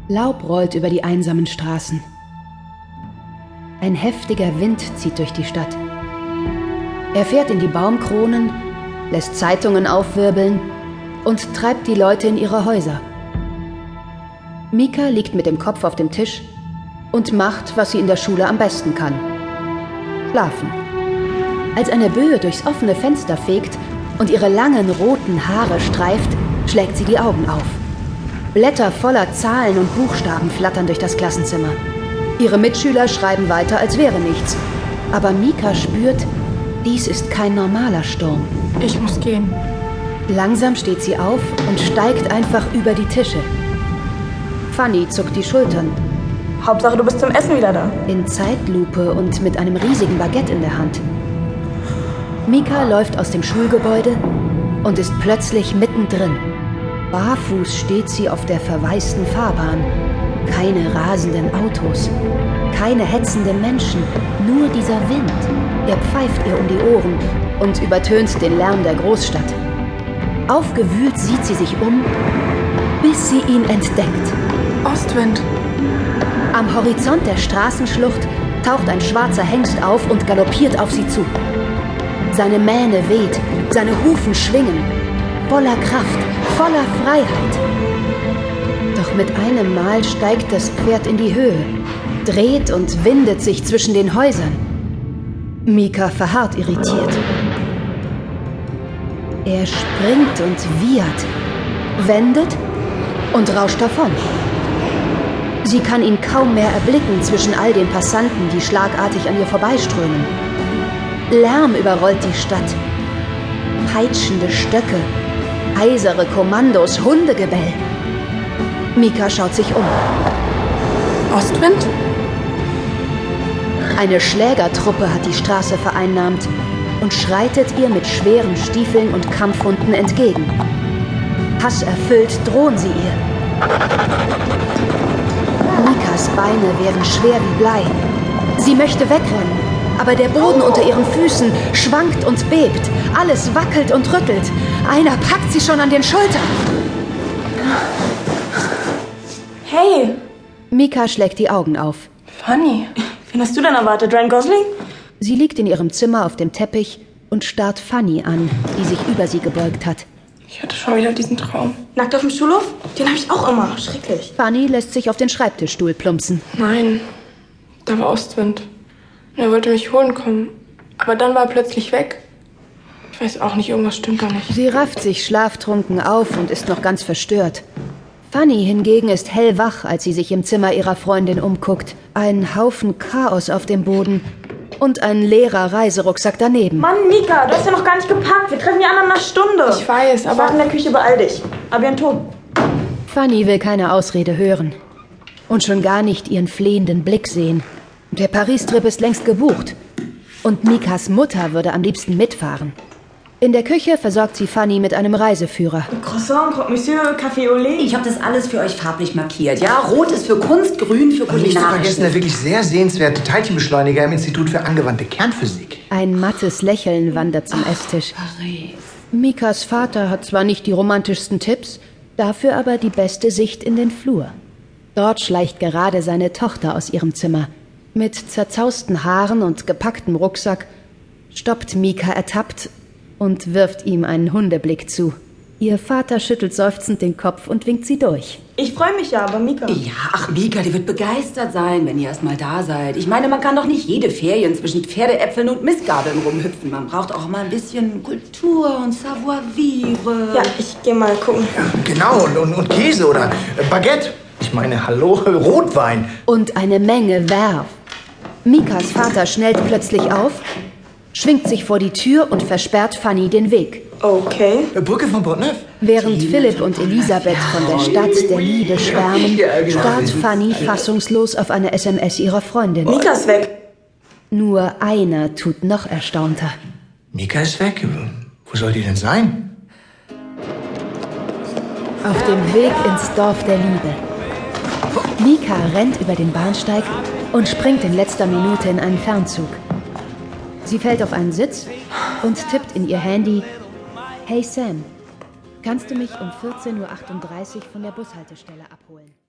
Laub rollt über die einsamen Straßen. Ein heftiger Wind zieht durch die Stadt. Er fährt in die Baumkronen, lässt Zeitungen aufwirbeln und treibt die Leute in ihre Häuser. Mika liegt mit dem Kopf auf dem Tisch und macht, was sie in der Schule am besten kann: schlafen. Als eine Böe durchs offene Fenster fegt und ihre langen roten Haare streift, schlägt sie die Augen auf. Blätter voller Zahlen und Buchstaben flattern durch das Klassenzimmer. Ihre Mitschüler schreiben weiter, als wäre nichts. Aber Mika spürt, dies ist kein normaler Sturm. Ich muss gehen. Langsam steht sie auf und steigt einfach über die Tische. Fanny zuckt die Schultern. Hauptsache, du bist zum Essen wieder da. In Zeitlupe und mit einem riesigen Baguette in der Hand. Mika läuft aus dem Schulgebäude und ist plötzlich mittendrin. Barfuß steht sie auf der verwaisten Fahrbahn. Keine rasenden Autos, keine hetzenden Menschen, nur dieser Wind. Er pfeift ihr um die Ohren und übertönt den Lärm der Großstadt. Aufgewühlt sieht sie sich um, bis sie ihn entdeckt. Ostwind. Am Horizont der Straßenschlucht taucht ein schwarzer Hengst auf und galoppiert auf sie zu. Seine Mähne weht, seine Hufen schwingen, voller Kraft, voller Freiheit. Doch mit einem Mal steigt das Pferd in die Höhe, dreht und windet sich zwischen den Häusern. Mika verharrt irritiert. Er springt und wiehert, wendet und rauscht davon. Sie kann ihn kaum mehr erblicken zwischen all den Passanten, die schlagartig an ihr vorbeiströmen. Lärm überrollt die Stadt. Peitschende Stöcke, heisere Kommandos, Hundegebell. Mika schaut sich um. Ostwind? Eine Schlägertruppe hat die Straße vereinnahmt und schreitet ihr mit schweren Stiefeln und Kampfhunden entgegen. Hasserfüllt drohen sie ihr. Mikas Beine werden schwer wie Blei. Sie möchte wegrennen, aber der Boden unter ihren Füßen schwankt und bebt. Alles wackelt und rüttelt. Einer packt sie schon an den Schultern. Hey! Mika schlägt die Augen auf. Fanny, wen hast du denn erwartet? Ryan Gosling? Sie liegt in ihrem Zimmer auf dem Teppich und starrt Fanny an, die sich über sie gebeugt hat. Ich hatte schon wieder diesen Traum. Nackt auf dem Schulhof? Den habe ich auch immer. Schrecklich. Fanny lässt sich auf den Schreibtischstuhl plumpsen. Nein, da war Ostwind. Er wollte mich holen kommen. Aber dann war er plötzlich weg. Ich weiß auch nicht, irgendwas stimmt da nicht. Sie rafft sich schlaftrunken auf und ist noch ganz verstört. Fanny hingegen ist hellwach, als sie sich im Zimmer ihrer Freundin umguckt. Ein Haufen Chaos auf dem Boden und ein leerer Reiserucksack daneben. Mann, Mika, du hast ja noch gar nicht gepackt. Wir treffen die anderen nach Stunde. Ich weiß, aber... Ich warte in der Küche, beeil dich. A bientôt. Fanny will keine Ausrede hören. Und schon gar nicht ihren flehenden Blick sehen. Der Paris-Trip ist längst gebucht. Und Mikas Mutter würde am liebsten mitfahren. In der Küche versorgt sie Fanny mit einem Reiseführer. Croissant, Croque Monsieur, Café au lait. Ich habe das alles für euch farblich markiert. Ja, rot ist für Kunst, grün für Und nicht zu kulinarisch. vergessen, der wirklich sehr sehenswerte Teilchenbeschleuniger im Institut für angewandte Kernphysik. Ein mattes Lächeln wandert zum Esstisch. Mikas Vater hat zwar nicht die romantischsten Tipps, dafür aber die beste Sicht in den Flur. Dort schleicht gerade seine Tochter aus ihrem Zimmer. Mit zerzausten Haaren und gepacktem Rucksack stoppt Mika ertappt und wirft ihm einen Hundeblick zu. Ihr Vater schüttelt seufzend den Kopf und winkt sie durch. Ich freue mich ja, aber Mika. Ja, ach Mika, die wird begeistert sein, wenn ihr erst mal da seid. Ich meine, man kann doch nicht jede Ferien zwischen Pferdeäpfeln und Mistgabeln rumhüpfen. Man braucht auch mal ein bisschen Kultur und Savoir-vivre. Ja, ich gehe mal gucken. Ja, genau, und Käse oder Baguette. Ich meine, hallo, Rotwein. Und eine Menge Werf. Mikas Vater schnellt plötzlich auf, schwingt sich vor die Tür und versperrt Fanny den Weg. Okay. Brücke von Portneuf? Während Philipp und Elisabeth von der Stadt der Liebe schwärmen, starrt Fanny fassungslos auf eine SMS ihrer Freundin. Mika ist weg. Nur einer tut noch erstaunter. Mika ist weg. Wo soll die denn sein? Auf dem Weg ins Dorf der Liebe. Mika rennt über den Bahnsteig und springt in letzter Minute in einen Fernzug. Sie fällt auf einen Sitz und tippt in ihr Handy: Hey Sam, kannst du mich um 14:38 Uhr von der Bushaltestelle abholen?